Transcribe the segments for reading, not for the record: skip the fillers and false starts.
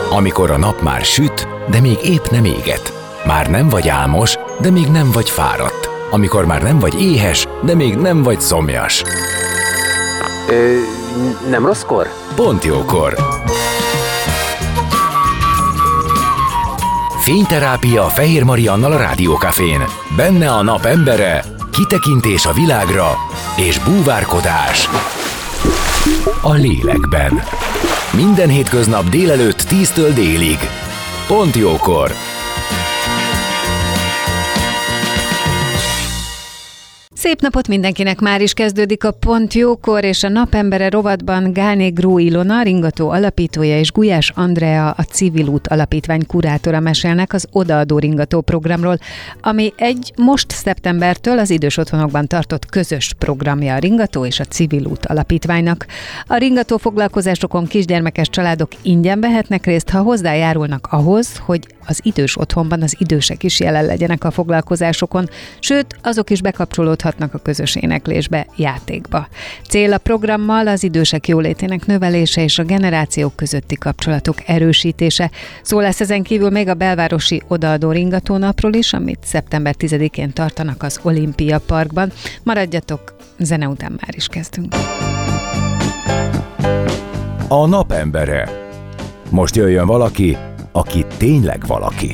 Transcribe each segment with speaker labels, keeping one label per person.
Speaker 1: Amikor a nap már süt, de még épp nem éget. Már nem vagy álmos, de még nem vagy fáradt. Amikor már nem vagy éhes, de még nem vagy szomjas.
Speaker 2: Nem rosszkor?
Speaker 1: Pont jókor. Fényterápia Fehér Mariannal a Rádiókafén. Benne a nap embere, kitekintés a világra és búvárkodás a lélekben. Minden hétköznap délelőtt 10-től délig. Pont jókor.
Speaker 3: Szép napot mindenkinek, már is kezdődik a Pont jókor, és a napembere rovatban Gálné Gró Ilona, ringató alapítója, és Gulyás Andrea, a Civil Út Alapítvány kurátora mesélnek az Odaadó ringató programról, ami most szeptembertől az idős otthonokban tartott közös programja a Ringató és a Civil Út Alapítványnak. A ringató foglalkozásokon kisgyermekes családok ingyen vehetnek részt, ha hozzájárulnak ahhoz, hogy az idős otthonban az idősek is jelen legyenek a foglalkozásokon, sőt, azok is bekapcsolódhatnak a közös éneklésbe, játékba. Cél a programmal az idősek jólétének növelése és a generációk közötti kapcsolatok erősítése. Szó lesz ezen kívül még a belvárosi Odaadó ringatónapról is, amit szeptember 10-én tartanak az Olimpia Parkban. Maradjatok, zene után már is kezdünk.
Speaker 1: A napembere. Most jöjjön valaki, aki tényleg valaki.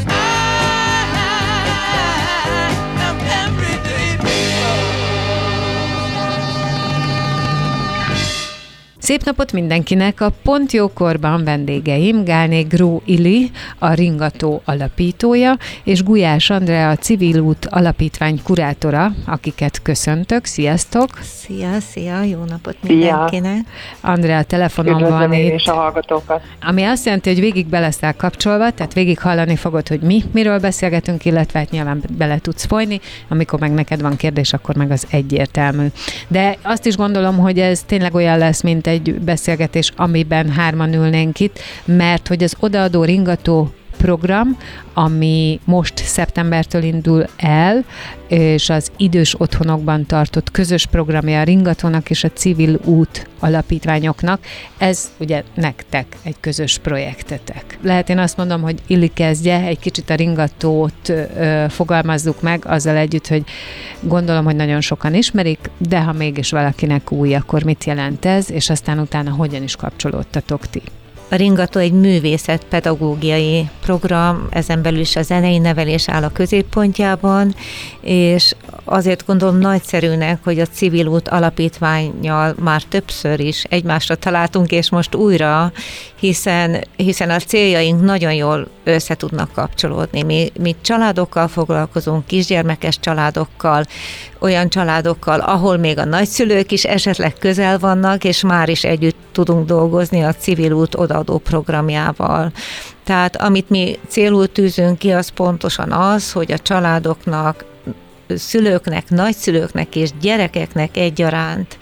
Speaker 3: Szép napot mindenkinek! A Pont jókorban vendégeim Gálné Gró Ili, a Ringató alapítója, és Gulyás Andrea, a Civil Út Alapítvány kurátora, akiket köszöntök. Sziasztok!
Speaker 4: Szia! Jó napot mindenkinek!
Speaker 3: Andrea telefonon van itt.
Speaker 5: És a hallgatókat.
Speaker 3: Ami azt jelenti, hogy végig be leszel kapcsolva, tehát végig hallani fogod, hogy miről beszélgetünk, illetve hát nyilván bele tudsz folyni, amikor meg neked van kérdés, akkor meg az egyértelmű. De azt is gondolom, hogy ez tényleg olyan lesz, mint egy beszélgetés, amiben hárman ülnénk itt, mert hogy az Odaadó ringató program, ami most szeptembertől indul el, és az idős otthonokban tartott közös programja a Ringatónak és a Civil Út alapítványoknak, ez ugye nektek egy közös projektetek. Lehet én azt mondom, hogy Ili kezdje, egy kicsit a Ringatót fogalmazzuk meg, azzal együtt, hogy gondolom, hogy nagyon sokan ismerik, de ha mégis valakinek új, akkor mit jelent ez, és aztán utána hogyan is kapcsolódtatok ti?
Speaker 4: A Ringató egy művészetpedagógiai program, ezen belül is a zenei nevelés áll a középpontjában, és azért gondolom nagyszerűnek, hogy a Civil Út Alapítvánnyal már többször is egymásra találtunk, és most újra, hiszen a céljaink nagyon jól össze tudnak kapcsolódni. Mi családokkal foglalkozunk, kisgyermekes családokkal, olyan családokkal, ahol még a nagyszülők is esetleg közel vannak, és már is együtt tudunk dolgozni a Civil Út Odaadó programjával. Tehát amit mi célul tűzünk ki, az pontosan az, hogy a családoknak, szülőknek, nagyszülőknek és gyerekeknek egyaránt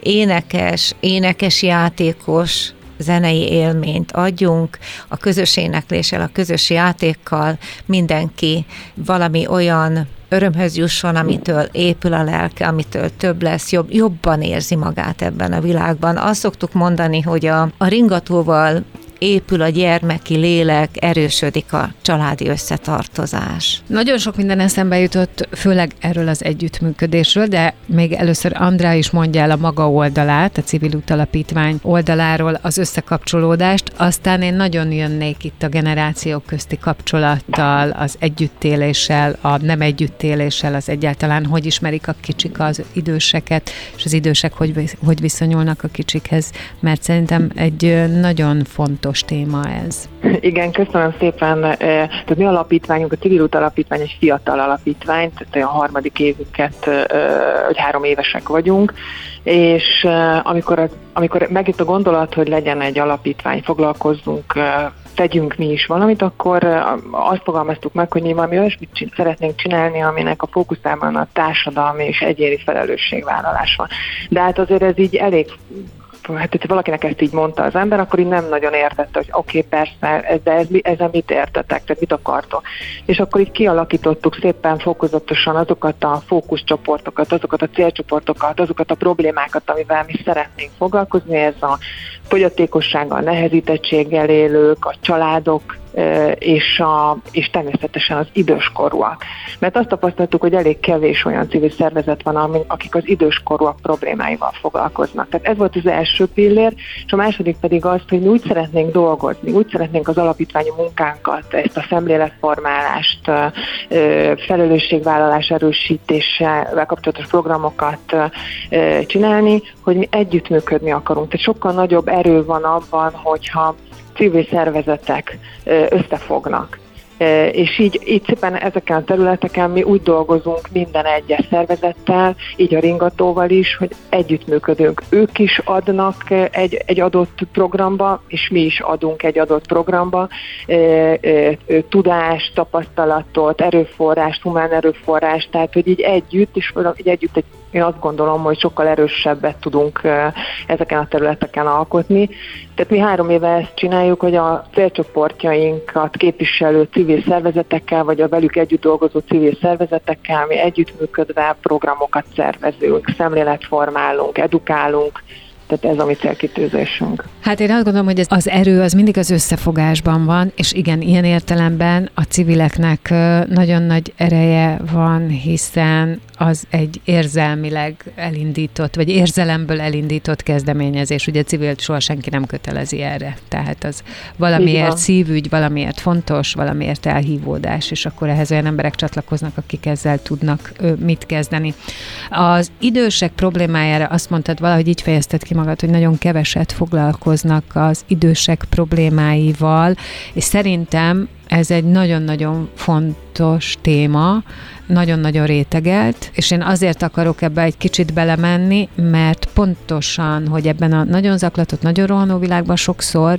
Speaker 4: énekes játékos zenei élményt adjunk, a közös énekléssel, a közös játékkal mindenki valami olyan örömhöz jusson, amitől épül a lelke, amitől több lesz, jobban érzi magát ebben a világban. Azt szoktuk mondani, hogy a ringatóval épül a gyermeki lélek, erősödik a családi összetartozás.
Speaker 3: Nagyon sok minden eszembe jutott, főleg erről az együttműködésről, de még először Andrea is mondja el a maga oldalát, a Civil Út Alapítvány oldaláról az összekapcsolódást, aztán én nagyon jönnék itt a generációk közti kapcsolattal, az együttéléssel, a nem együttéléssel, az egyáltalán hogy ismerik a kicsik az időseket, és az idősek hogy viszonyulnak a kicsikhez, mert szerintem egy nagyon fontos téma ez.
Speaker 5: Igen, köszönöm szépen. Tehát mi alapítványunk, a Civil Út Alapítvány egy fiatal alapítvány, tehát a harmadik évünket, hogy 3 évesek vagyunk, és amikor megjött a gondolat, hogy legyen egy alapítvány, foglalkozzunk, tegyünk mi is valamit, akkor azt fogalmaztuk meg, hogy mi valami olyasmit szeretnénk csinálni, aminek a fókuszában a társadalmi és egyéni felelősségvállalás van. De hát azért ez így elég hát hogyha valakinek ezt így mondta az ember, akkor így nem nagyon értette, hogy oké, persze, de ezzel mit értetek, tehát mit akartok. És akkor így kialakítottuk szépen fokozatosan azokat a fókuszcsoportokat, azokat a célcsoportokat, azokat a problémákat, amivel mi szeretnénk foglalkozni, ez a fogyatékossággal, nehezítettséggel élők, a családok, és természetesen az időskorúak. Mert azt tapasztaltuk, hogy elég kevés olyan civil szervezet van, akik az időskorúak problémáival foglalkoznak. Tehát ez volt az első pillér, és a második pedig az, hogy mi úgy szeretnénk dolgozni, úgy szeretnénk az alapítványi munkánkat, ezt a szemléletformálást, felelősségvállalás erősítésével kapcsolatos programokat csinálni, hogy mi együttműködni akarunk. Tehát sokkal nagyobb erő van abban, hogyha civil szervezetek összefognak. És így szépen ezeken a területeken mi úgy dolgozunk minden egyes szervezettel, így a Ringatóval is, hogy együttműködünk. Ők is adnak egy adott programba, és mi is adunk egy adott programba tudást, tapasztalatot, erőforrást, humán erőforrást, tehát hogy így együtt, és így együtt én azt gondolom, hogy sokkal erősebbet tudunk ezeken a területeken alkotni. Tehát mi 3 éve ezt csináljuk, hogy a célcsoportjainkat képviselő civil szervezetekkel, vagy a velük együtt dolgozó civil szervezetekkel mi együttműködve programokat szervezünk, szemléletformálunk, edukálunk, tehát ez a mi célkitűzésünk.
Speaker 3: Hát én azt gondolom, hogy az erő az mindig az összefogásban van, és igen, ilyen értelemben a civileknek nagyon nagy ereje van, hiszen az egy érzelmileg elindított, vagy érzelemből elindított kezdeményezés. Ugye civilt soha senki nem kötelezi erre. Tehát az valamiért szívügy, valamiért fontos, valamiért elhívódás, és akkor ehhez olyan emberek csatlakoznak, akik ezzel tudnak mit kezdeni. Az idősek problémájára azt mondtad, valahogy így fejezted ki magad, hogy nagyon keveset foglalkoznak az idősek problémáival, és szerintem ez egy nagyon-nagyon fontos téma, nagyon-nagyon rétegelt, és én azért akarok ebbe egy kicsit belemenni, mert pontosan, hogy ebben a nagyon zaklatott, nagyon rohanó világban sokszor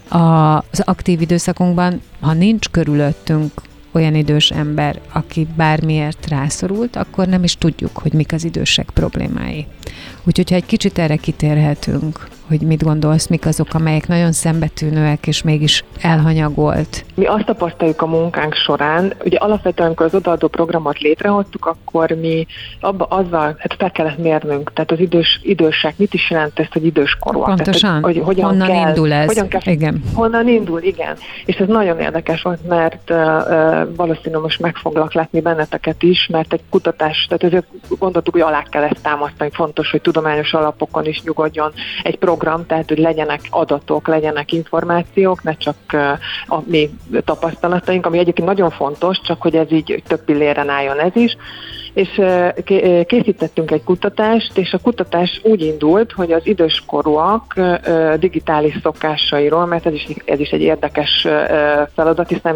Speaker 3: az aktív időszakunkban, ha nincs körülöttünk olyan idős ember, aki bármiért rászorult, akkor nem is tudjuk, hogy mik az idősek problémái. Úgyhogy ha egy kicsit erre kitérhetünk, hogy mit gondolsz, mik azok, amelyek nagyon szembetűnőek, és mégis elhanyagolt.
Speaker 5: Mi azt tapasztaljuk a munkánk során, ugye alapvetően, amikor az odaadó programot létrehoztuk, akkor mi azzal fel kellett mérnünk, tehát az idősek, mit is jelent ezt, hogy időskorúak?
Speaker 3: Pontosan,
Speaker 5: tehát, hogy
Speaker 3: honnan indul ez?
Speaker 5: Igen. Honnan indul, igen. És ez nagyon érdekes volt, mert valószínűleg most meg foglak látni benneteket is, mert egy kutatás, tehát ezért gondoltuk, hogy alá kell ezt támasztani, fontos, hogy tudományos alapokon is nyugodjon egy program, tehát hogy legyenek adatok, legyenek információk, ne csak a mi tapasztalataink, ami egyébként nagyon fontos, csak hogy ez így több pilléren álljon ez is. És készítettünk egy kutatást, és a kutatás úgy indult, hogy az időskorúak digitális szokásairól, mert ez is egy érdekes feladat, hiszen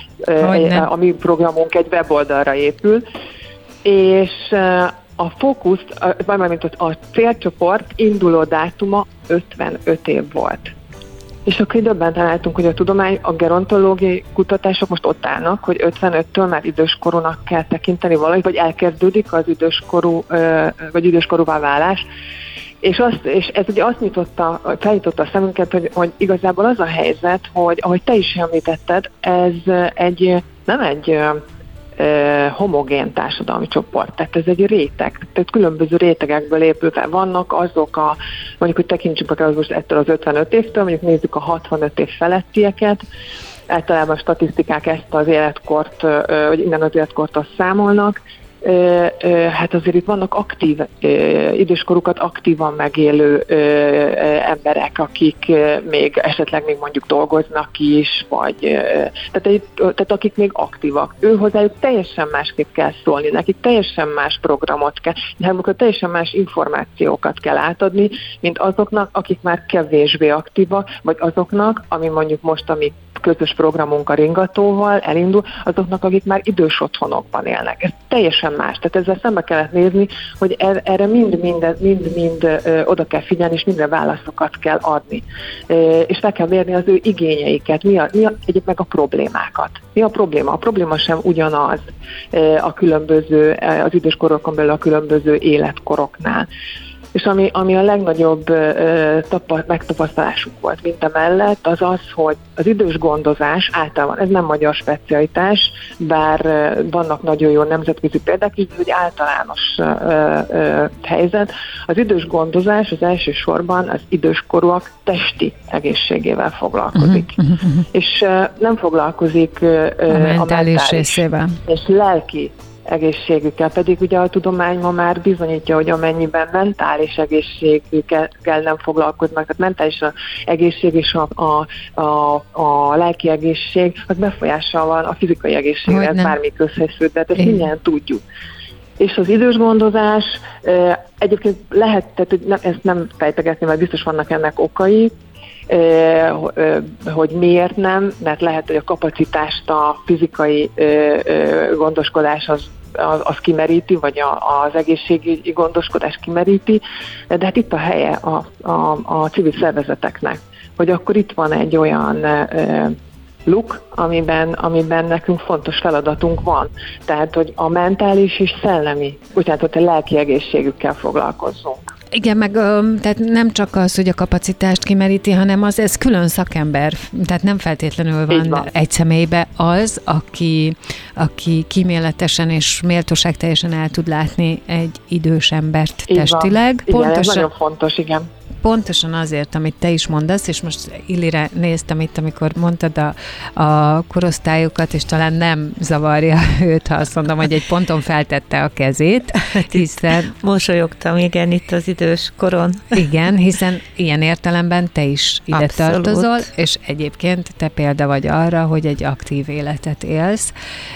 Speaker 5: a mi programunk egy weboldalra épül, és a fókusz, mármint a célcsoport induló dátuma 55 év volt. És akkor döbbenten találtunk, hogy a gerontológiai kutatások most ott állnak, hogy 55-től már időskorúnak kell tekinteni valahogy, vagy elkezdődik az időskorú, vagy időskorúvá válás. És ez ugye azt felnyitotta a szemünket, hogy igazából az a helyzet, hogy ahogy te is említetted, ez nem egy homogén társadalmi csoport, tehát ez egy réteg, tehát különböző rétegekből épül fel. Vannak azok mondjuk, hogy tekintsük el most ettől az 55 évtől, mondjuk nézzük a 65 év felettieket, általában a statisztikák ezt az életkort, vagy innen az életkortól számolnak, hát azért itt vannak aktív, időskorukat aktívan megélő emberek, akik esetleg még mondjuk dolgoznak is, vagy tehát akik még aktívak. Hozzájuk teljesen másképp kell szólni, nekik teljesen más programot kell, nekik teljesen más információkat kell átadni, mint azoknak, akik már kevésbé aktívak, vagy azoknak, ami mondjuk most a mi közös programunk a Ringatóval elindul, azoknak, akik már idős otthonokban élnek. Ez teljesen más. Tehát ezzel szembe kellett nézni, hogy erre mind oda kell figyelni, és mindre válaszokat kell adni. És fel kell mérni az ő igényeiket, egyéb meg a problémákat. Mi a probléma? A probléma sem ugyanaz az időskorokon belül a különböző életkoroknál. És ami a legnagyobb megtapasztalásunk volt mindemellett, az az, hogy az idős gondozás általában, ez nem magyar specialitás, bár vannak nagyon jó nemzetközi példák, így hogy általános helyzet. Az idős gondozás az elsősorban az időskorúak testi egészségével foglalkozik. És nem foglalkozik
Speaker 3: a mentális részével.
Speaker 5: És lelki egészségükkel, pedig ugye a tudomány ma már bizonyítja, hogy amennyiben mentális egészségükkel nem foglalkoznak, tehát mentális egészség és a lelki egészség, az befolyással van a fizikai egészségre, ez bármi közhelyszűr, de ezt mindjárt tudjuk. És az idős gondozás egyébként lehet, tehát ezt nem fejtegetni, mert biztos vannak ennek okai, hogy miért nem, mert lehet, hogy a kapacitást a fizikai gondoskodás az kimeríti, vagy az egészségügyi gondoskodás kimeríti, de hát itt a helye a civil szervezeteknek, hogy akkor itt van egy olyan luk, amiben nekünk fontos feladatunk van. Tehát, hogy a mentális és szellemi, tehát, hogy a lelki egészségükkel foglalkozzunk.
Speaker 3: Igen, meg tehát nem csak az, hogy a kapacitást kimeríti, hanem ez külön szakember, tehát nem feltétlenül van egy személybe az, aki kíméletesen és méltóságteljesen el tud látni egy idős embert testileg.
Speaker 5: Igen, ez nagyon fontos, igen.
Speaker 3: Pontosan azért, amit te is mondasz, és most Illire néztem itt, amikor mondtad a korosztályokat, és talán nem zavarja őt, ha azt mondom, hogy egy ponton feltette a kezét, hiszen...
Speaker 4: Mosolyogtam, igen, itt az idős koron.
Speaker 3: Igen, hiszen ilyen értelemben te is ide tartozol, és egyébként te példa vagy arra, hogy egy aktív életet élsz.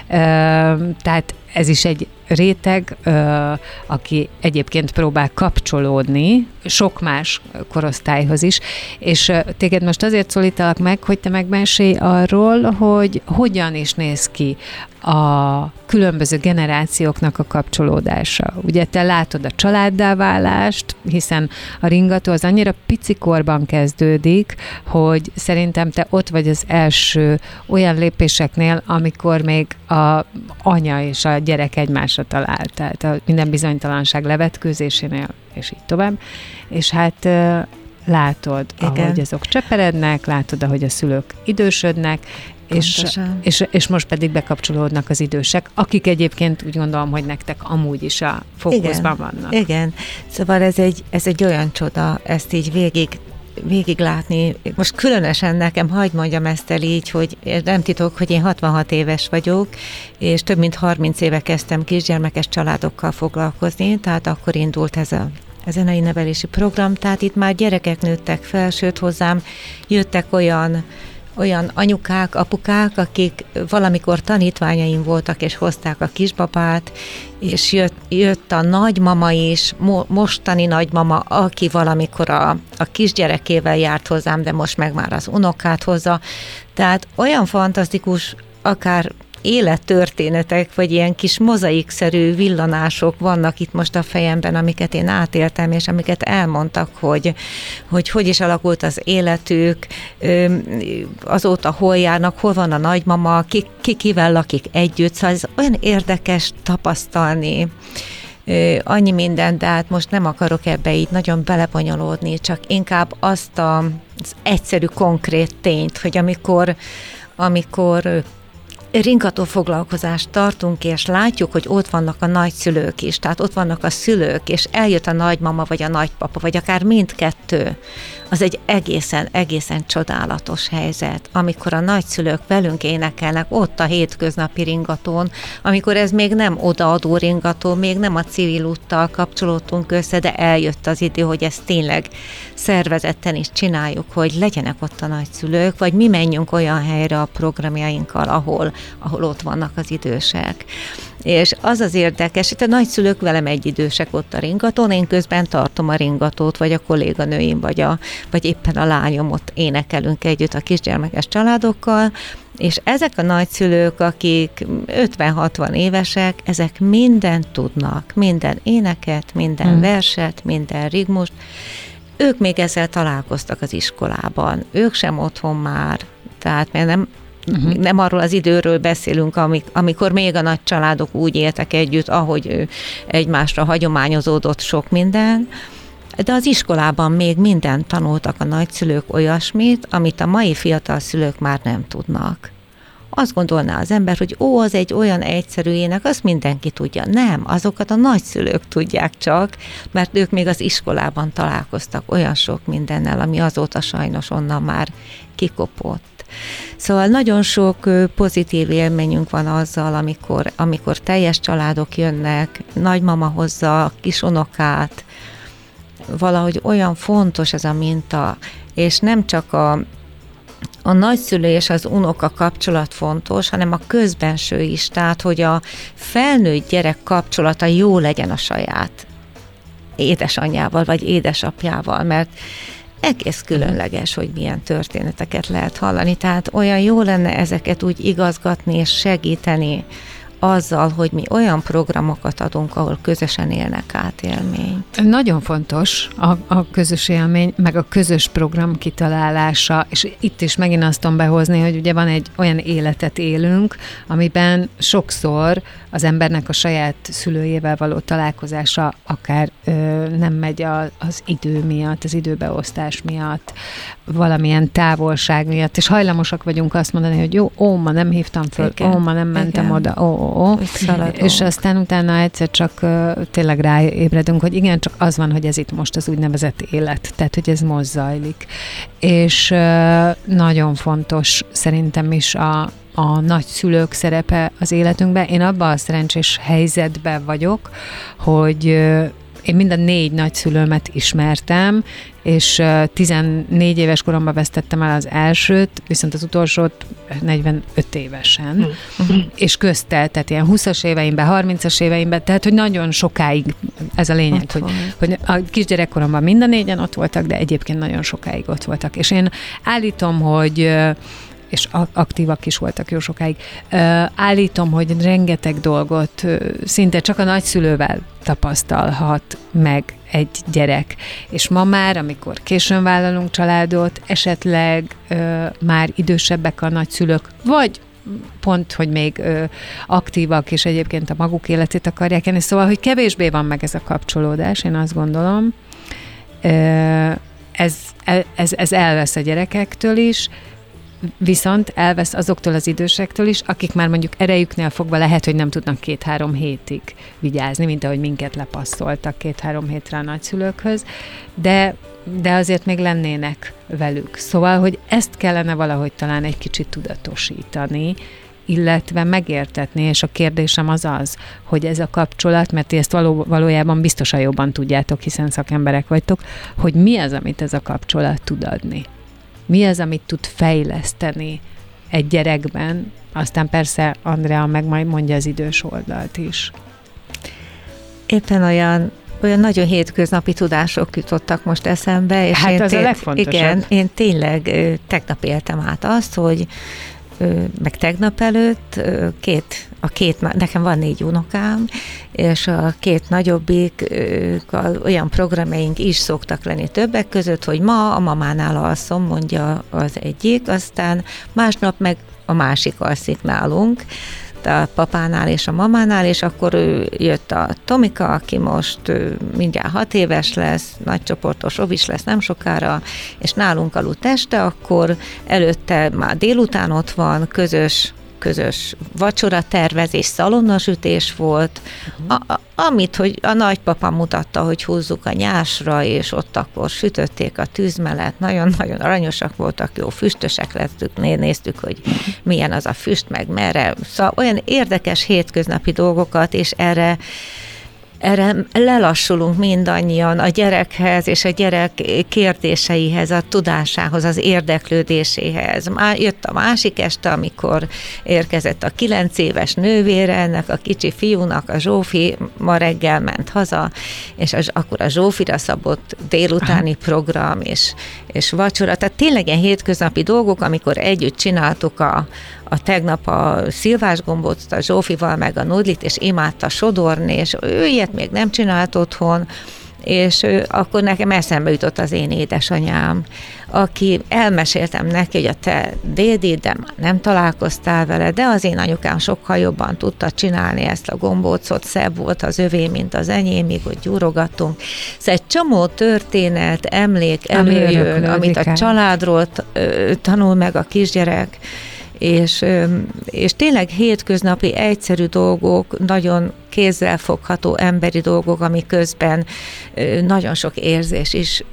Speaker 3: Tehát ez is egy réteg, aki egyébként próbál kapcsolódni sok más korosztályhoz is, és téged most azért szólítalak meg, hogy te megmesélj arról, hogy hogyan is néz ki a különböző generációknak a kapcsolódása. Ugye te látod a családdá válást, hiszen a ringató az annyira picikorban kezdődik, hogy szerintem te ott vagy az első olyan lépéseknél, amikor még a anya és a gyerek egymásra talál, tehát a minden bizonytalanság levetkőzésénél, és így tovább. És hát látod, ahogy azok cseperednek, látod, ahogy a szülők idősödnek, és most pedig bekapcsolódnak az idősek, akik egyébként úgy gondolom, hogy nektek amúgy is a fókuszban vannak.
Speaker 4: Igen, szóval ez egy olyan csoda, ezt így végig látni. Most különösen nekem, hagyd mondjam ezt el így, hogy nem titok, hogy én 66 éves vagyok, és több mint 30 éve kezdtem kisgyermekes családokkal foglalkozni, tehát akkor indult ez a zenei nevelési program, tehát itt már gyerekek nőttek fel, sőt hozzám jöttek olyan anyukák, apukák, akik valamikor tanítványaim voltak, és hozták a kisbabát, és jött a nagymama is, mostani nagymama, aki valamikor a kisgyerekével járt hozzám, de most meg már az unokát hozza. Tehát olyan fantasztikus, akár élettörténetek, vagy ilyen kis mozaikszerű villanások vannak itt most a fejemben, amiket én átéltem, és amiket elmondtak, hogy is alakult az életük, azóta hol járnak, hol van a nagymama, kivel lakik együtt, szóval ez olyan érdekes tapasztalni. Annyi minden, de hát most nem akarok ebbe így nagyon belebonyolódni, csak inkább azt az egyszerű, konkrét tényt, hogy amikor ringató foglalkozást tartunk, és látjuk, hogy ott vannak a nagyszülők is, tehát ott vannak a szülők, és eljött a nagymama, vagy a nagypapa, vagy akár mindkettő, az egy egészen csodálatos helyzet, amikor a nagyszülők velünk énekelnek ott a hétköznapi ringatón, amikor ez még nem odaadó ringató, még nem a civil úttal kapcsolódtunk össze, de eljött az idő, hogy ezt tényleg szervezetten is csináljuk, hogy legyenek ott a nagyszülők, vagy mi menjünk olyan helyre a programjainkkal, ahol ott vannak az idősek. És az érdekes, itt a nagyszülők velem egyidősek ott a ringatón, én közben tartom a ringatót, vagy a kolléganőim, vagy éppen a lányom ott énekelünk együtt a kisgyermekes családokkal, és ezek a nagyszülők, akik 50-60 évesek, ezek mindent tudnak, minden éneket, minden verset, minden rigmust. Ők még ezzel találkoztak az iskolában, ők sem otthon már, tehát mert nem arról az időről beszélünk, amikor még a nagy családok úgy éltek együtt, ahogy egymásra hagyományozódott sok minden, De az iskolában még mindent tanultak a nagyszülők olyasmit, amit a mai fiatal szülők már nem tudnak. Azt gondolná az ember, hogy az egy olyan egyszerű ének, azt mindenki tudja. Nem, azokat a nagyszülők tudják csak, mert ők még az iskolában találkoztak olyan sok mindennel, ami azóta sajnos onnan már kikopott. Szóval nagyon sok pozitív élményünk van azzal, amikor teljes családok jönnek, nagymama hozza a kisunokát, valahogy olyan fontos ez a minta, és nem csak a nagyszülő és az unoka kapcsolat fontos, hanem a közbenső is, tehát hogy a felnőtt gyerek kapcsolata jó legyen a saját édesanyjával vagy édesapjával, mert egész különleges, hogy milyen történeteket lehet hallani, tehát olyan jó lenne ezeket úgy igazgatni és segíteni azzal, hogy mi olyan programokat adunk, ahol közösen élnek át élményt.
Speaker 3: Nagyon fontos a közös élmény, meg a közös program kitalálása, és itt is megint azt tudom behozni, hogy ugye van egy olyan életet élünk, amiben sokszor az embernek a saját szülőjével való találkozása akár nem megy az idő miatt, az időbeosztás miatt, valamilyen távolság miatt, és hajlamosak vagyunk azt mondani, hogy jó, ma nem hívtam föl, ma nem mentem oda, és aztán utána egyszer csak tényleg ráébredünk, hogy igen, csak az van, hogy ez itt most az úgynevezett élet, tehát hogy ez most zajlik. És nagyon fontos szerintem is a nagyszülők szerepe az életünkben. Én abban a szerencsés helyzetben vagyok, hogy én mind a 4 nagyszülőmet ismertem, és 14 éves koromban vesztettem el az elsőt, viszont az utolsót 45 évesen. És közte, tehát ilyen 20-as éveimben, 30-as éveimben, tehát hogy nagyon sokáig, ez a lényeg, hogy a kisgyerekkoromban mind a 4-en ott voltak, de egyébként nagyon sokáig ott voltak. És én állítom, hogy és aktívak is voltak jó sokáig. Állítom, hogy rengeteg dolgot szinte csak a nagyszülővel tapasztalhat meg egy gyerek. És ma már, amikor későn vállalunk családot, esetleg már idősebbek a nagyszülők, vagy pont, hogy még aktívak, és egyébként a maguk életét akarják élni. Szóval, hogy kevésbé van meg ez a kapcsolódás, én azt gondolom. Ez elvesz a gyerekektől is, viszont elvesz azoktól az idősektől is, akik már mondjuk erejüknél fogva lehet, hogy nem tudnak 2-3 hétig vigyázni, mint ahogy minket lepasszoltak 2-3 hétre a nagyszülőkhöz, de azért még lennének velük. Szóval, hogy ezt kellene valahogy talán egy kicsit tudatosítani, illetve megértetni, és a kérdésem az, hogy ez a kapcsolat, mert ti ezt valójában biztosan jobban tudjátok, hiszen szakemberek vagytok, hogy mi az, amit ez a kapcsolat tud adni. Mi az, amit tud fejleszteni egy gyerekben, aztán persze Andrea meg majd mondja az idős oldalt is.
Speaker 4: Éppen olyan nagyon hétköznapi tudások jutottak most eszembe, és
Speaker 3: hát az a legfontosabb.
Speaker 4: Igen, én tényleg tegnap éltem át azt, hogy meg tegnap előtt nekem van 4 unokám, és a 2 nagyobbikkal olyan programjaink is szoktak lenni többek között, hogy ma a mamánál alszom, mondja az egyik, aztán másnap meg a másik alszik nálunk, a papánál és a mamánál, és akkor jött a Tomika, aki most mindjárt 6 éves lesz, nagycsoportos ovis lesz nem sokára, és nálunk aludt este, akkor előtte már délután ott van, közös vacsora tervezés, szalonnasütés volt, amit hogy a nagypapa mutatta, hogy húzzuk a nyásra, és ott akkor sütötték a tűz mellett, nagyon-nagyon aranyosak voltak, jó füstösek lettük, néztük, hogy milyen az a füst, meg merre. Szóval olyan érdekes hétköznapi dolgokat, és erre lelassulunk mindannyian a gyerekhez, és a gyerek kérdéseihez, a tudásához, az érdeklődéséhez. Már jött a másik este, amikor érkezett a 9 éves nővére, ennek a kicsi fiúnak, a Zsófi ma reggel ment haza, és akkor a Zsófira szabott délutáni program, és vacsora. Tehát tényleg ilyen hétköznapi dolgok, amikor együtt csináltuk a tegnap a szilvásgombot a Zsófival, meg a nudlit, és imádta sodorni, és ő ilyet még nem csinált otthon, És akkor nekem eszembe jutott az én édesanyám, aki elmeséltem neki, hogy a te dédiddel már nem találkoztál vele, de az én anyukám sokkal jobban tudta csinálni ezt a gombócot, szebb volt az övé, mint az enyém, míg ott gyúrogattunk. Szóval egy csomó történet, emlék előjön, amit a családról tanul meg a kisgyerek, és tényleg hétköznapi egyszerű dolgok, nagyon kézzelfogható emberi dolgok, ami közben nagyon sok érzés is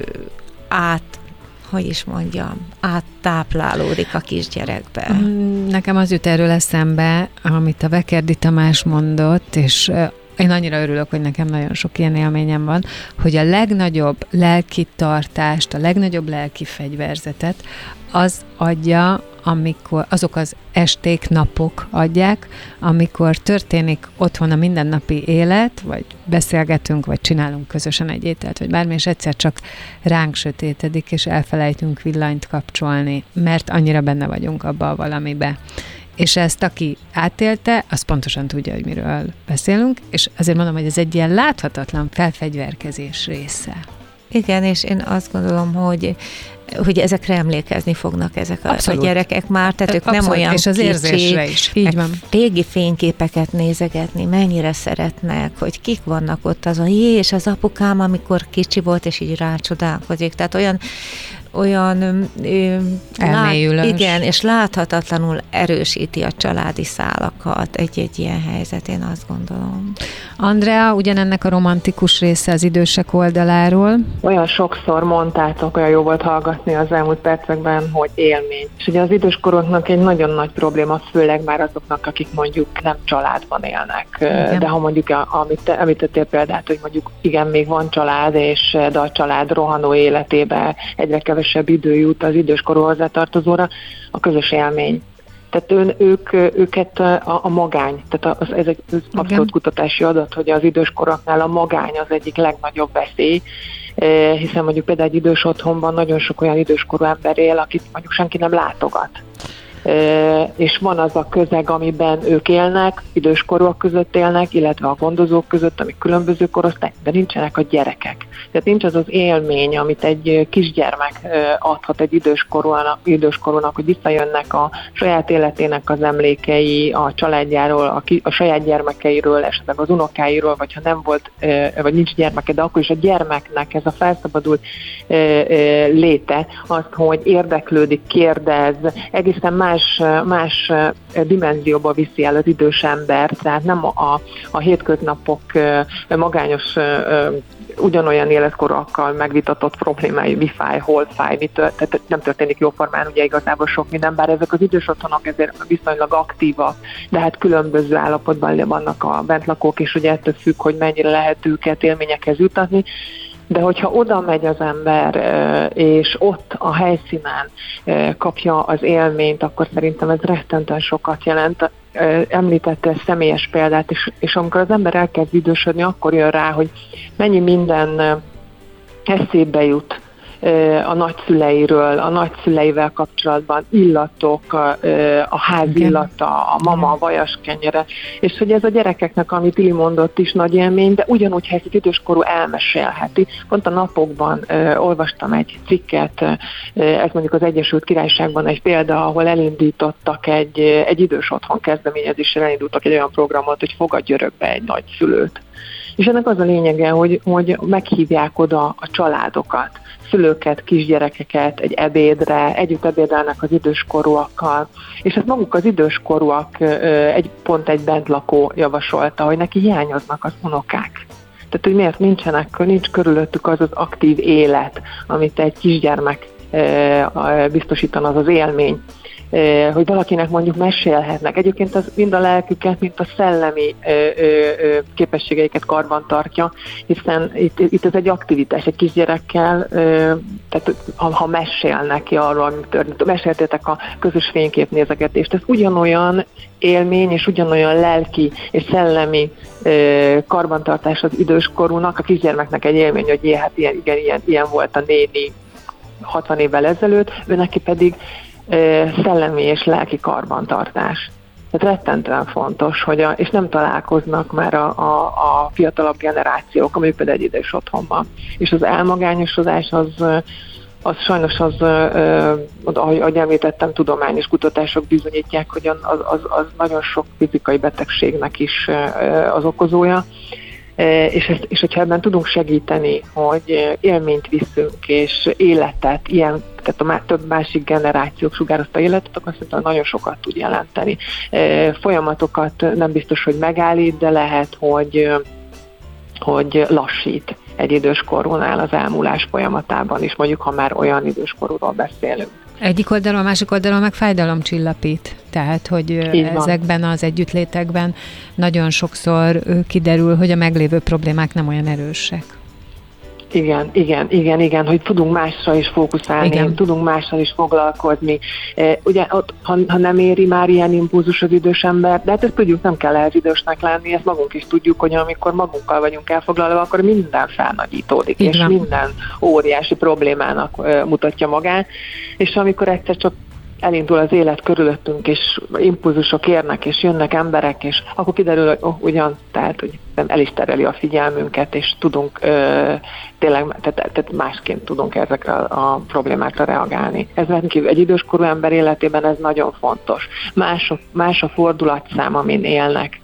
Speaker 4: áttáplálódik a kisgyerekbe.
Speaker 3: Nekem az jut erről eszembe, amit a Vekerdi Tamás mondott, és én annyira örülök, hogy nekem nagyon sok ilyen élményem van, hogy a legnagyobb lelki tartást, a legnagyobb lelki fegyverzetet az adja, amikor azok az esték, napok adják, amikor történik otthon a mindennapi élet, vagy beszélgetünk, vagy csinálunk közösen egy ételt, vagy bármi, és egyszer csak ránk sötétedik, és elfelejtünk villanyt kapcsolni, mert annyira benne vagyunk abba a valamibe. És ezt, aki átélte, az pontosan tudja, hogy miről beszélünk, és azért mondom, hogy ez egy ilyen láthatatlan felfegyverkezés része.
Speaker 4: Igen, és én azt gondolom, hogy ezekre emlékezni fognak ezek a gyerekek már, tehát ők nem olyan
Speaker 3: és az érzésre is. Így van.
Speaker 4: Régi fényképeket nézegetni, mennyire szeretnek, hogy kik vannak ott azon, és az apukám, amikor kicsi volt, és így rácsodálkozik. Tehát olyan
Speaker 3: elmélyülős.
Speaker 4: És láthatatlanul erősíti a családi szálakat egy ilyen helyzet, én azt gondolom.
Speaker 3: Andrea, ugyanennek a romantikus része az idősek oldaláról.
Speaker 5: Olyan sokszor mondtátok, olyan jó volt hallgatni az elmúlt percekben, hogy élmény. És ugye az időskoroknak egy nagyon nagy probléma, főleg már azoknak, akik mondjuk nem családban élnek. Igen. De ha mondjuk, amit említettél példát, hogy mondjuk igen, még van család, de a család rohanó életébe egyre kevesebb idő jut az időskorú hozzátartozóra, a közös élmény. Tehát őket a magány, tehát ez egy abszolút kutatási adat, hogy az időskoroknál a magány az egyik legnagyobb veszély, hiszen mondjuk például egy idős otthonban nagyon sok olyan időskorú ember él, akit mondjuk senki nem látogat. És van az a közeg, amiben ők élnek, időskorúak között élnek, illetve a gondozók között, amik különböző korosztály, de nincsenek a gyerekek. Tehát nincs az az élmény, amit egy kisgyermek adhat egy időskorúnak, hogy visszajönnek a saját életének az emlékei, a családjáról, a saját gyermekeiről, esetleg az unokáiról, vagy ha nem volt, vagy nincs gyermeke, de akkor is a gyermeknek ez a felszabadult léte, azt, hogy érdeklődik, kérdez, egészen más dimenzióba viszi el az idős ember, tehát nem a hétköznapok magányos, ugyanolyan életkorúakkal megvitatott problémái, mi fáj, hol fáj, tehát nem történik jóformán ugye igazából sok minden, bár ezek az idős otthonok ezért viszonylag aktívak, de hát különböző állapotban vannak a bentlakók, és ugye ettől függ, hogy mennyire lehet őket élményekhez jutatni. De hogyha oda megy az ember, és ott a helyszínen kapja az élményt, akkor szerintem ez rettentően sokat jelent. Említette személyes példát, és amikor az ember elkezd idősödni, akkor jön rá, hogy mennyi minden eszébe jut a nagyszüleiről, a nagyszüleivel kapcsolatban, illatok, a ház illata, a mama, a vajas kenyere, és hogy ez a gyerekeknek, amit Ili mondott is nagy élmény, de ugyanúgy helyzet időskorú elmesélheti. Pont a napokban olvastam egy cikket, ez mondjuk az Egyesült Királyságban egy példa, ahol elindítottak egy idős otthon kezdeményezésre, elindultak egy olyan programot, hogy fogadj örökbe egy nagyszülőt. És ennek az a lényege, hogy meghívják oda a családokat, szülőket, kisgyerekeket egy ebédre, együtt ebédelnek az időskorúakkal, és ezt maguk az időskorúak pont egy bentlakó javasolta, hogy neki hiányoznak az unokák. Tehát, hogy miért nincs körülöttük az aktív élet, amit egy kisgyermek biztosítan, az élmény, hogy valakinek mondjuk mesélhetnek. Egyébként az mind a lelküket, mind a szellemi képességeiket karban tartja, hiszen itt ez egy aktivitás, egy kisgyerekkel, tehát ha mesél neki arról, amit történt, meséltétek a közös fényképnézegetést, ez ugyanolyan élmény, és ugyanolyan lelki és szellemi karbantartás az időskorúnak, a kisgyermeknek egy élmény, hogy hát ilyen volt a néni 60 évvel ezelőtt, ő neki pedig szellemi és lelki karbantartás. Tehát rettentően fontos, hogy és nem találkoznak már a fiatalabb generációk, amik például egy idős otthonban. És az elmagányosodás az sajnos ahogy említettem, tudományos kutatások bizonyítják, hogy az nagyon sok fizikai betegségnek is az okozója. És hogyha ebben tudunk segíteni, hogy élményt viszünk, és életet, tehát több másik generációk sugározta életet, akkor szerintem nagyon sokat tud jelenteni. Folyamatokat nem biztos, hogy megállít, de lehet, hogy lassít egy időskorúnál az elmúlás folyamatában is, mondjuk, ha már olyan időskorúról beszélünk.
Speaker 3: Egyik oldalon, a másik oldalon meg fájdalomcsillapít. Tehát, hogy ezekben az együttlétekben nagyon sokszor kiderül, hogy a meglévő problémák nem olyan erősek.
Speaker 5: Igen, hogy tudunk másra is fókuszálni, tudunk mással is foglalkozni. Ugye, ha nem éri már ilyen impulzus az idős ember, de hát ezt tudjuk, nem kell ehhez idősnek lenni, ezt magunk is tudjuk, hogy amikor magunkkal vagyunk elfoglalva, akkor minden felnagyítódik, és minden óriási problémának mutatja magát, és amikor egyszer csak elindul az élet körülöttünk, és impulzusok érnek, és jönnek emberek, és akkor kiderül, hogy hogy el is tereli a figyelmünket, és tudunk tényleg, tehát másként tudunk ezekre a problémákra reagálni. Ez rendkívül egy időskorú ember életében ez nagyon fontos. Más a fordulatszám, amin élnek.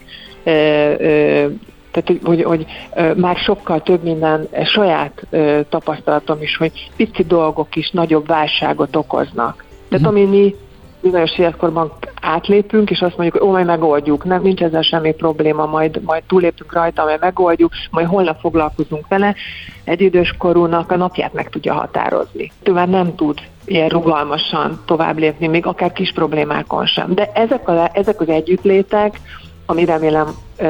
Speaker 5: Tehát, hogy már sokkal több minden saját tapasztalatom is, hogy pici dolgok is nagyobb válságot okoznak. Tehát ami mi bizonyos életkorban átlépünk, és azt mondjuk, hogy majd megoldjuk, nincs ezzel semmi probléma, majd túlépünk rajta, majd megoldjuk, majd holnap foglalkozunk vele, egy időskorúnak a napját meg tudja határozni. Ő már nem tud ilyen rugalmasan tovább lépni, még akár kis problémákon sem. De ezek az együttlétek, ami remélem,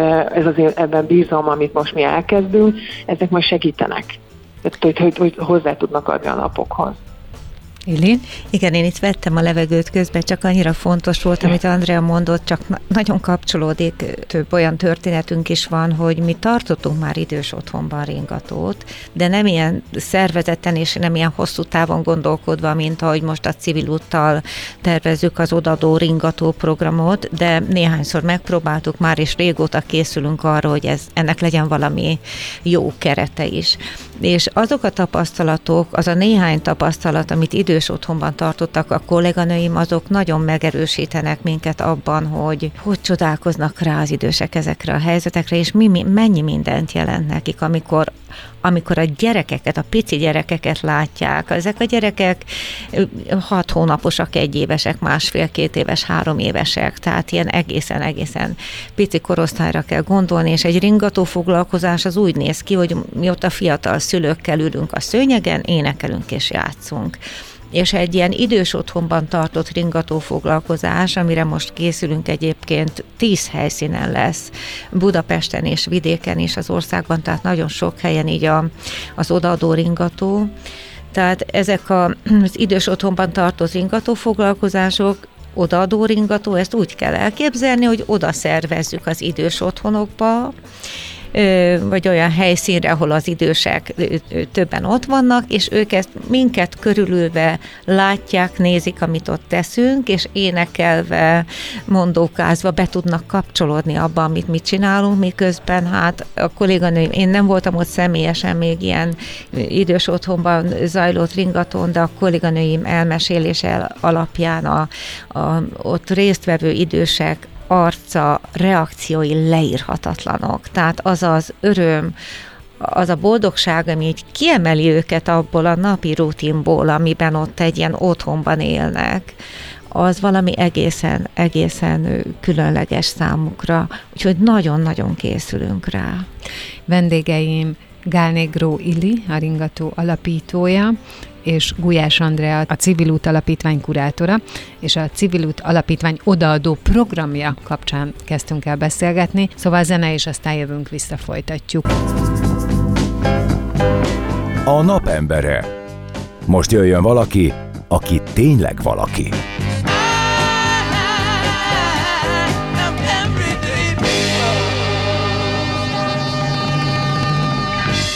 Speaker 5: ebben bízom, amit most mi elkezdünk, ezek majd segítenek, hogy hozzá tudnak adni a napokhoz.
Speaker 3: Ili?
Speaker 4: Igen, én itt vettem a levegőt közben, csak annyira fontos volt, amit Andrea mondott, csak nagyon kapcsolódik, több olyan történetünk is van, hogy mi tartottunk már idős otthonban ringatót, de nem ilyen szervezetten és nem ilyen hosszú távon gondolkodva, mint ahogy most a Civil úttal tervezzük az odaadó ringató programot, de néhányszor megpróbáltuk már, és régóta készülünk arra, hogy ennek legyen valami jó kerete is. És azok a tapasztalatok, az a néhány tapasztalat, amit idős otthonban tartottak a kolléganőim, azok nagyon megerősítenek minket abban, hogy csodálkoznak rá az idősek ezekre a helyzetekre, és mennyi mindent jelent nekik, amikor a gyerekeket, a pici gyerekeket látják. Ezek a gyerekek 6 hónaposak, 1 évesek, 1,5-2 éves, 3 évesek, tehát ilyen egészen pici korosztályra kell gondolni, és egy ringató foglalkozás az úgy néz ki, hogy mi ott a fiatal szülőkkel ülünk a szőnyegen, énekelünk és játszunk. És egy ilyen idős otthonban tartott ringató foglalkozás, amire most készülünk egyébként 10 helyszínen lesz, Budapesten és vidéken is az országban, tehát nagyon sok helyen így az odaadó ringató. Tehát ezek az idős otthonban tartott ringató foglalkozások, odaadó ringató, ezt úgy kell elképzelni, hogy oda szervezzük az idős otthonokba, vagy olyan helyszínre, ahol az idősek többen ott vannak, és ők ezt minket körülülve látják, nézik, amit ott teszünk, és énekelve, mondókázva be tudnak kapcsolódni abba, amit mi csinálunk, miközben hát a kolléganőim, én nem voltam ott személyesen még ilyen idős otthonban zajlott ringatón, de a kolléganőim elmesélése alapján ott résztvevő idősek arca, reakciói leírhatatlanok. Tehát az az öröm, az a boldogság, ami így kiemeli őket abból a napi rutinból, amiben ott egy ilyen otthonban élnek, az valami egészen különleges számukra. Úgyhogy nagyon-nagyon készülünk rá.
Speaker 3: Vendégeim Gálné-Gró Ili, a ringató alapítója, és Gulyás Andrea, a Civil út alapítvány kurátora, és a Civil út alapítvány odaadó programja kapcsán kezdtünk el beszélgetni, szóval zene, és aztán jövünk vissza, folytatjuk.
Speaker 1: A napembere. Most jöjjön valaki, aki tényleg valaki.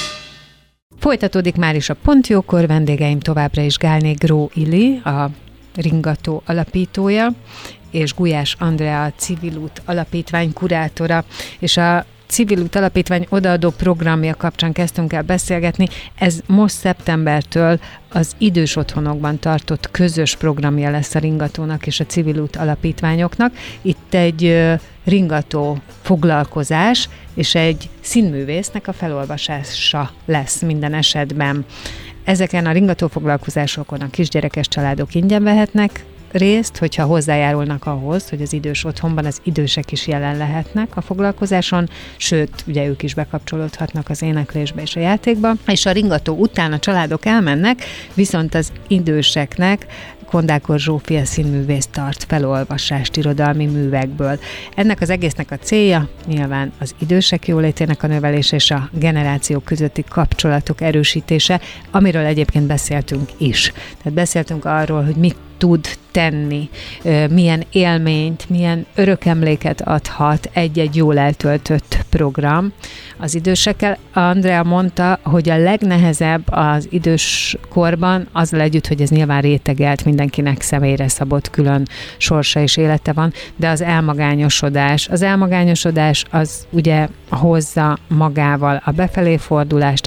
Speaker 1: Folytatódik már is a Pont Jókor, vendégeim továbbra is Gálné-Gró Ili, a
Speaker 3: Ringató alapítója, és Gulyás Andrea a Civil Út Alapítvány kurátora, és a Civil Út Alapítvány odaadó programja kapcsán kezdtünk el beszélgetni. Ez most szeptembertől az idős otthonokban tartott közös programja lesz a Ringatónak és a Civil Út Alapítványoknak. Itt egy ringató foglalkozás és egy színművésznek a felolvasása lesz minden esetben. Ezeken a ringató foglalkozásokon a kisgyerekes családok ingyen vehetnek részt, hogyha hozzájárulnak ahhoz, hogy az idős otthonban az idősek is jelen lehetnek a foglalkozáson, sőt, ugye ők is bekapcsolódhatnak az éneklésbe és a játékba, és a ringató után a családok elmennek, viszont az időseknek Kondákos Zsófia színművész tart felolvasást irodalmi művekből. Ennek az egésznek a célja nyilván az idősek jólétének a növelése és a generációk közötti kapcsolatok erősítése, amiről egyébként beszéltünk is. Tehát beszéltünk arról, hogy mit tud tenni, milyen élményt, milyen örökemléket adhat egy-egy jól eltöltött program az idősekkel. Andrea mondta, hogy a legnehezebb az idős korban azzal együtt, hogy ez nyilván rétegelt, mindenkinek személyre szabott külön sorsa és élete van, de az elmagányosodás. Az elmagányosodás az ugye hozza magával a befelé fordulást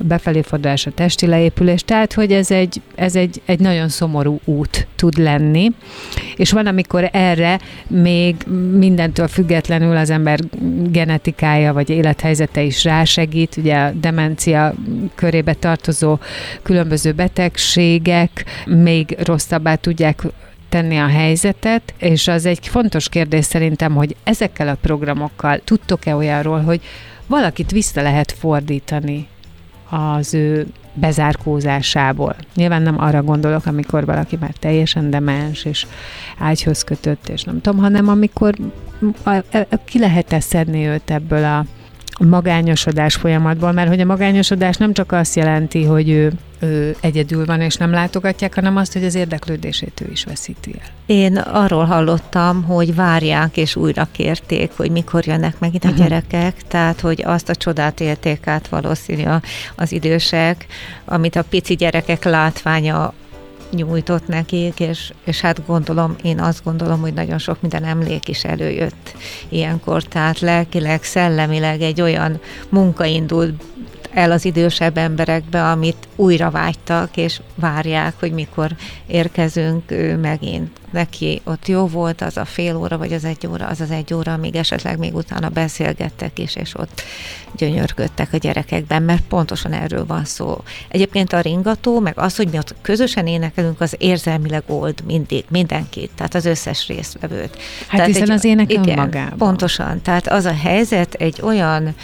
Speaker 3: a testi leépülést, tehát hogy ez egy nagyon szomorú út tud lenni, és van, amikor erre még mindentől függetlenül az ember genetikája vagy élethelyzete is rásegít, ugye a demencia körébe tartozó különböző betegségek még rosszabbá tudják tenni a helyzetet, és az egy fontos kérdés szerintem, hogy ezekkel a programokkal tudtok-e olyanról, hogy valakit vissza lehet fordítani az ő bezárkózásából. Nyilván nem arra gondolok, amikor valaki már teljesen demens, és ágyhoz kötött, és nem tudom, hanem amikor ki lehet szedni őt ebből a magányosodás folyamatból, mert hogy a magányosodás nem csak azt jelenti, hogy ő egyedül van és nem látogatják, hanem azt, hogy az érdeklődését ő is veszíti el.
Speaker 4: Én arról hallottam, hogy várják és újra kérték, hogy mikor jönnek megint a gyerekek, tehát hogy azt a csodát élték át valószínűleg az idősek, amit a pici gyerekek látványa nyújtott nekik, és hát én azt gondolom, hogy nagyon sok minden emlék is előjött ilyenkor, tehát lelkileg, szellemileg egy olyan munka indult el az idősebb emberekbe, amit újra vágytak, és várják, hogy mikor érkezünk megint. Neki ott jó volt az a fél óra, vagy az egy óra, amíg esetleg még utána beszélgettek is, és ott gyönyörködtek a gyerekekben, mert pontosan erről van szó. Egyébként a ringató, meg az, hogy mi ott közösen énekelünk, az érzelmileg old mindenkit, tehát az összes résztvevőt.
Speaker 3: Hát
Speaker 4: tehát
Speaker 3: hiszen az ének önmagában.
Speaker 4: Pontosan, tehát az a helyzet egy olyan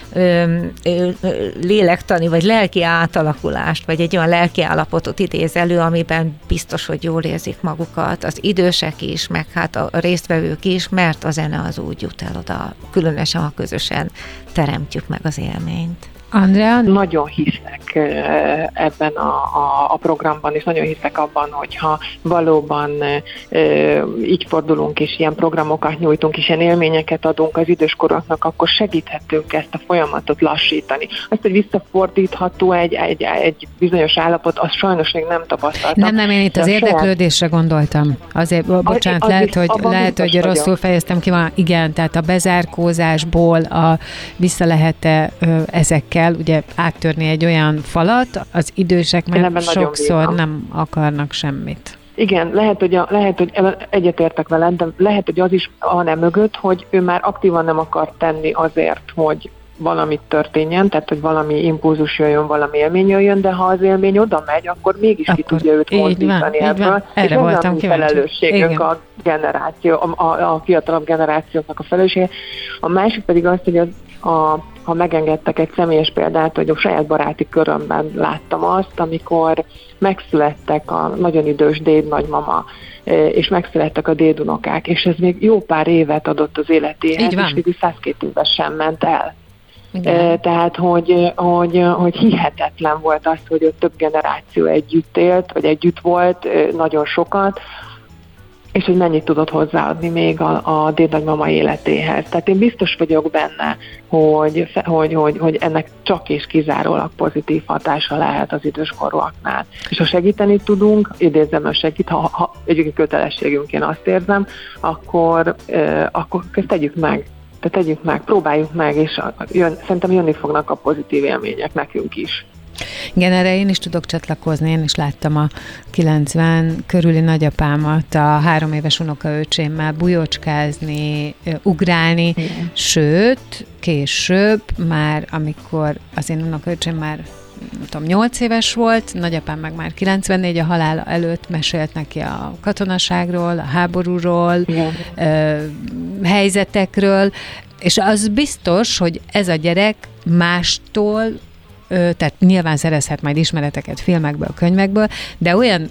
Speaker 4: lélektani, vagy lelki átalakulást, vagy egy olyan lelki állapotot idéz elő, amiben biztos, hogy jól érzik magukat, az idősek is, meg hát a résztvevők is, mert a zene az úgy jut el oda, különösen, ha közösen teremtjük meg az élményt.
Speaker 3: Andrea?
Speaker 5: Nagyon hiszek ebben a programban, és nagyon hiszek abban, hogyha valóban így fordulunk, és ilyen programokat nyújtunk, és ilyen élményeket adunk az időskoroknak, akkor segíthetünk ezt a folyamatot lassítani. Azt, hogy visszafordítható egy bizonyos állapot, azt sajnos még nem tapasztaltam.
Speaker 3: Nem, én itt az érdeklődésre gondoltam. Azért, bocsánat, lehet, hogy rosszul fejeztem ki, igen, tehát a bezárkózásból vissza lehet ezekkel ugye áttörni egy olyan falat, az idősek meg sokszor nem akarnak semmit.
Speaker 5: Igen, lehet, hogy egyetértek veled, de lehet, hogy az is van mögött, hogy ő már aktívan nem akar tenni azért, hogy valamit történjen, tehát hogy valami impulzus jöjjön, valami élmény jöjjön, de ha az élmény oda megy, akkor mégis ki tudja őt mozdítani ebből.
Speaker 3: Erre
Speaker 5: és
Speaker 3: voltam
Speaker 5: kíváncsi. Felelősségünk a generáció, a fiatalabb generációknak a felelőssége. A másik pedig az, hogy ha megengedtek egy személyes példát, hogy a saját baráti körömben láttam azt, amikor megszülettek a nagyon idős déd-nagymama, és megszülettek a dédunokák, és ez még jó pár évet adott az életéhez, és végül 102 évesen ment el. Tehát, hogy hihetetlen volt az, hogy ott több generáció együtt élt, vagy együtt volt, nagyon sokat, és hogy mennyit tudod hozzáadni még a dédnagymama életéhez. Tehát én biztos vagyok benne, hogy ennek csak és kizárólag pozitív hatása lehet az időskorúaknál. És ha segíteni tudunk, idézem a segít, ha egyébként kötelességünk, én azt érzem, akkor ezt tegyük meg. Tehát tegyük meg, próbáljuk meg, és szerintem jönni fognak a pozitív élmények nekünk is.
Speaker 3: Igen, erre én is tudok csatlakozni, én is láttam a 90 körüli nagyapámat a 3 éves unokaöcsémmel bujócskázni, ugrálni, igen. Sőt, később már, amikor az én unokaöcsém már 8 éves volt, nagyapám meg már 94, a halála előtt mesélt neki a katonaságról, a háborúról, helyzetekről, és az biztos, hogy ez a gyerek mástól, tehát nyilván szerezhet majd ismereteket filmekből, könyvekből, de olyan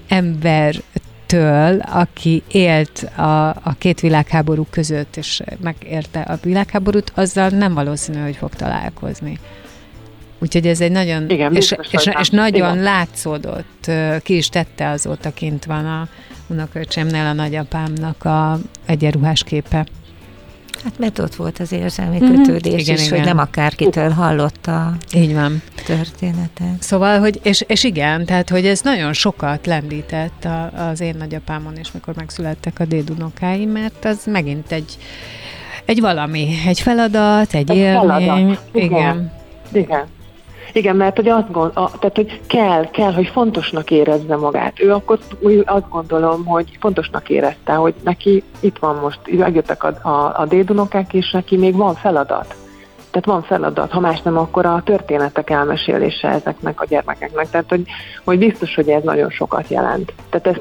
Speaker 3: embertől, aki élt a 2 világháború között, és megérte a világháborút, azzal nem valószínű, hogy fog találkozni. Úgyhogy ez egy nagyon, igen, és nagyon igen. Látszódott, ki is tette, azóta kint van a unokaöcsémnél a nagyapámnak a egyenruhás képe.
Speaker 4: Hát mert ott volt az érzelmi kötődés igen, is, igen. Hogy nem akárkitől hallotta így van. Történetet.
Speaker 3: Szóval, hogy, és igen, tehát, hogy ez nagyon sokat lendített az én nagyapámon is, mikor megszülettek a dédunokáim, mert az megint egy valami, egy feladat, egy élmény. Igen.
Speaker 5: Igen, mert hogy tehát, hogy kell, hogy fontosnak érezze magát. Ő akkor azt gondolom, hogy fontosnak érezte, hogy neki itt van most, megjöttek a dédunokák, és neki még van feladat. Tehát van feladat, ha más nem, akkor a történetek elmesélése ezeknek a gyermekeknek. Tehát, hogy biztos, hogy ez nagyon sokat jelent. Tehát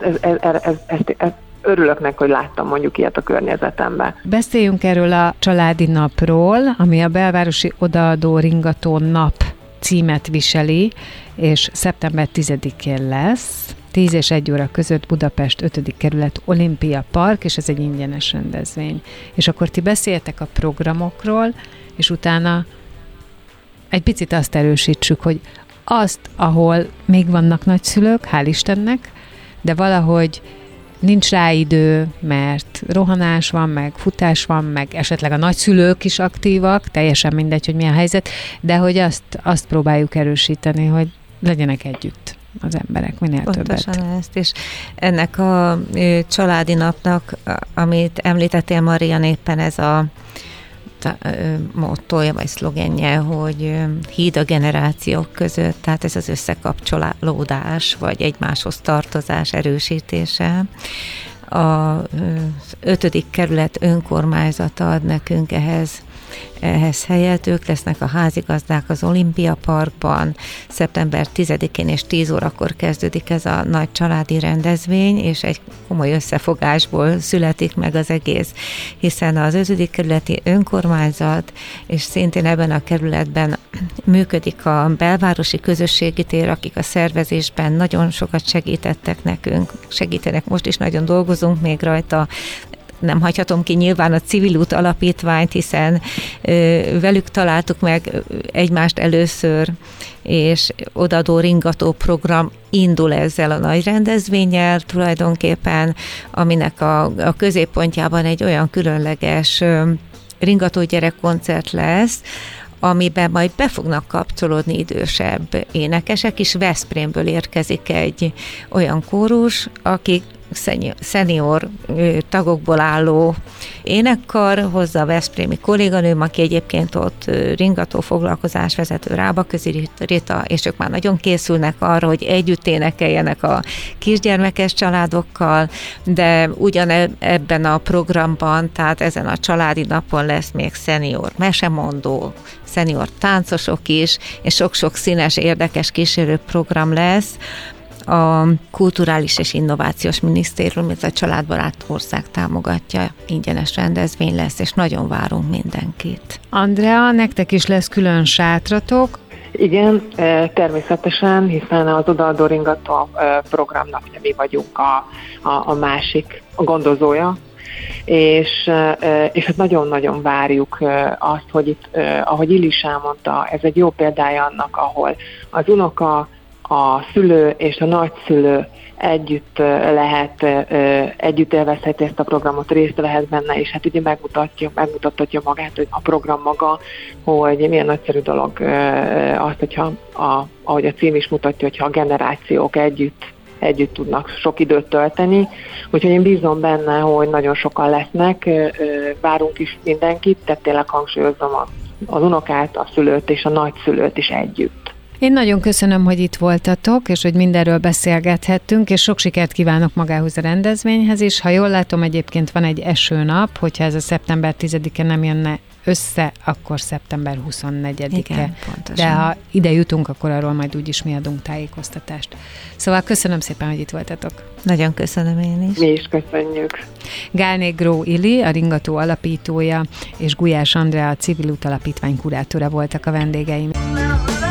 Speaker 5: ezt örülök neki, hogy láttam mondjuk ilyet a környezetemben.
Speaker 3: Beszéljünk erről a családi napról, ami a Belvárosi Odaadó Ringató Nap címet viseli, és szeptember 10-én lesz, 10 és 1 óra között Budapest 5. kerület Olimpia Park, és ez egy ingyenes rendezvény. És akkor ti beszéltek a programokról, és utána egy picit azt erősítsük, hogy azt, ahol még vannak nagyszülők, hál' Istennek, de valahogy nincs rá idő, mert rohanás van, meg futás van, meg esetleg a nagyszülők is aktívak, teljesen mindegy, hogy milyen helyzet, de hogy azt próbáljuk erősíteni, hogy legyenek együtt az emberek, minél
Speaker 4: pontosan
Speaker 3: többet.
Speaker 4: Ezt, és ennek a családi napnak, amit említettél, Marian, éppen ez a mottoja vagy szlogenje, hogy híd a generációk között, tehát ez az összekapcsolódás, vagy egymáshoz tartozás erősítése. Az 5. kerület önkormányzata ad nekünk ehhez helyet. Ők lesznek a házigazdák az Olimpia Parkban. Szeptember 10-én és 10 órakor kezdődik ez a nagy családi rendezvény, és egy komoly összefogásból születik meg az egész, hiszen az 5. kerületi önkormányzat, és szintén ebben a kerületben működik a belvárosi közösségi tér, akik a szervezésben nagyon sokat segítettek nekünk, segítenek, most is nagyon dolgozunk még rajta. Nem hagyhatom ki nyilván a Civil Út Alapítványt, hiszen velük találtuk meg egymást először, és Odaadó Ringató program indul ezzel a nagy rendezvénnyel tulajdonképpen, aminek a középpontjában egy olyan különleges ringató gyerekkoncert lesz, amiben majd be fognak kapcsolódni idősebb énekesek is. Veszprémből érkezik egy olyan kórus, akik szenior tagokból álló énekkar, hozzá a veszprémi kolléganőm, aki egyébként ott ringató foglalkozásvezető, Rábaközi Rita, és ők már nagyon készülnek arra, hogy együtt énekeljenek a kisgyermekes családokkal, de ebben a programban, tehát ezen a családi napon lesz még szenior mesemondó, szenior táncosok is, és sok-sok színes, érdekes kísérő program lesz. A Kulturális és Innovációs Minisztérium, ez a Családbarát Ország támogatja, ingyenes rendezvény lesz, és nagyon várunk mindenkit.
Speaker 3: Andrea, nektek is lesz külön sátratok?
Speaker 5: Igen, természetesen, hiszen az Odaadó Ringató programnak mi vagyunk a másik gondozója, és hát nagyon-nagyon várjuk azt, hogy itt, ahogy Illis elmondta, ez egy jó példája annak, ahol az unoka a szülő és a nagyszülő együtt élvezheti ezt a programot, részt vehet benne, és hát ugye megmutatja magát, hogy a program maga, hogy milyen nagyszerű dolog azt, hogyha ahogy a cím is mutatja, hogyha a generációk együtt tudnak sok időt tölteni. Úgyhogy én bízom benne, hogy nagyon sokan lesznek, várunk is mindenkit, tehát tényleg hangsúlyozom az unokát, a szülőt és a nagyszülőt is együtt.
Speaker 3: Én nagyon köszönöm, hogy itt voltatok, és hogy mindenről beszélgethettünk, és sok sikert kívánok magához a rendezvényhez is. Ha jól látom, egyébként van egy esőnap, hogyha ez a szeptember 10-e nem jönne össze, akkor szeptember 24-e.
Speaker 4: Igen, pontosan.
Speaker 3: De ha ide jutunk, akkor arról majd úgyis mi adunk tájékoztatást. Szóval köszönöm szépen, hogy itt voltatok.
Speaker 4: Nagyon köszönöm én is.
Speaker 5: Mi is köszönjük.
Speaker 3: Gálné Gró Ili, a Ringató alapítója, és Gulyás Andrea, a Civil Út Alapítvány kurátora voltak a vendégeim.